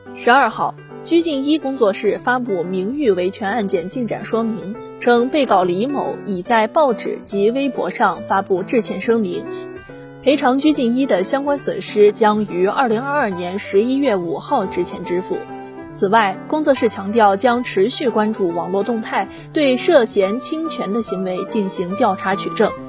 12号，鞠婧祎工作室发布名誉维权案件进展说明，称被告李某已在报纸及微博上发布致歉声明，赔偿鞠婧祎的相关损失将于2022年11月5号之前支付。此外，工作室强调将持续关注网络动态，对涉嫌侵权的行为进行调查取证。